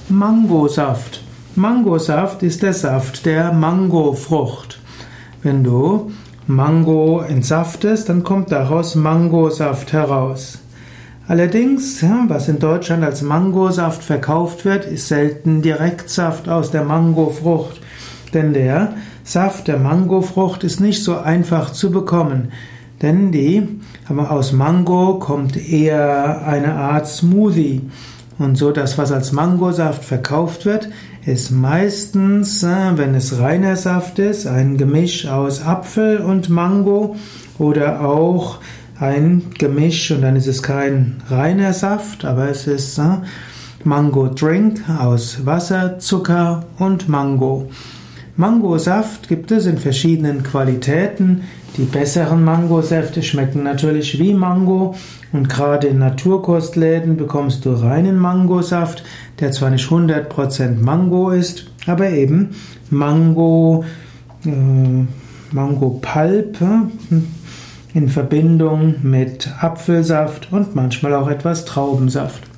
Mangosaft. Mangosaft ist der Saft der Mangofrucht. Wenn du Mango entsaftest, dann kommt daraus Mangosaft heraus. Allerdings, was in Deutschland als Mangosaft verkauft wird, ist selten Direktsaft aus der Mangofrucht. Denn der Saft der Mangofrucht ist nicht so einfach zu bekommen. Denn aus Mango kommt eher eine Art Smoothie. Und so das, was als Mangosaft verkauft wird, ist meistens, wenn es reiner Saft ist, ein Gemisch aus Apfel und Mango oder auch ein Gemisch, und dann ist es kein reiner Saft, aber es ist Mango Drink aus Wasser, Zucker und Mango. Mangosaft gibt es in verschiedenen Qualitäten. Die besseren Mangosäfte schmecken natürlich wie Mango, und gerade in Naturkostläden bekommst du reinen Mangosaft, der zwar nicht 100% Mango ist, aber eben Mango Pulp in Verbindung mit Apfelsaft und manchmal auch etwas Traubensaft.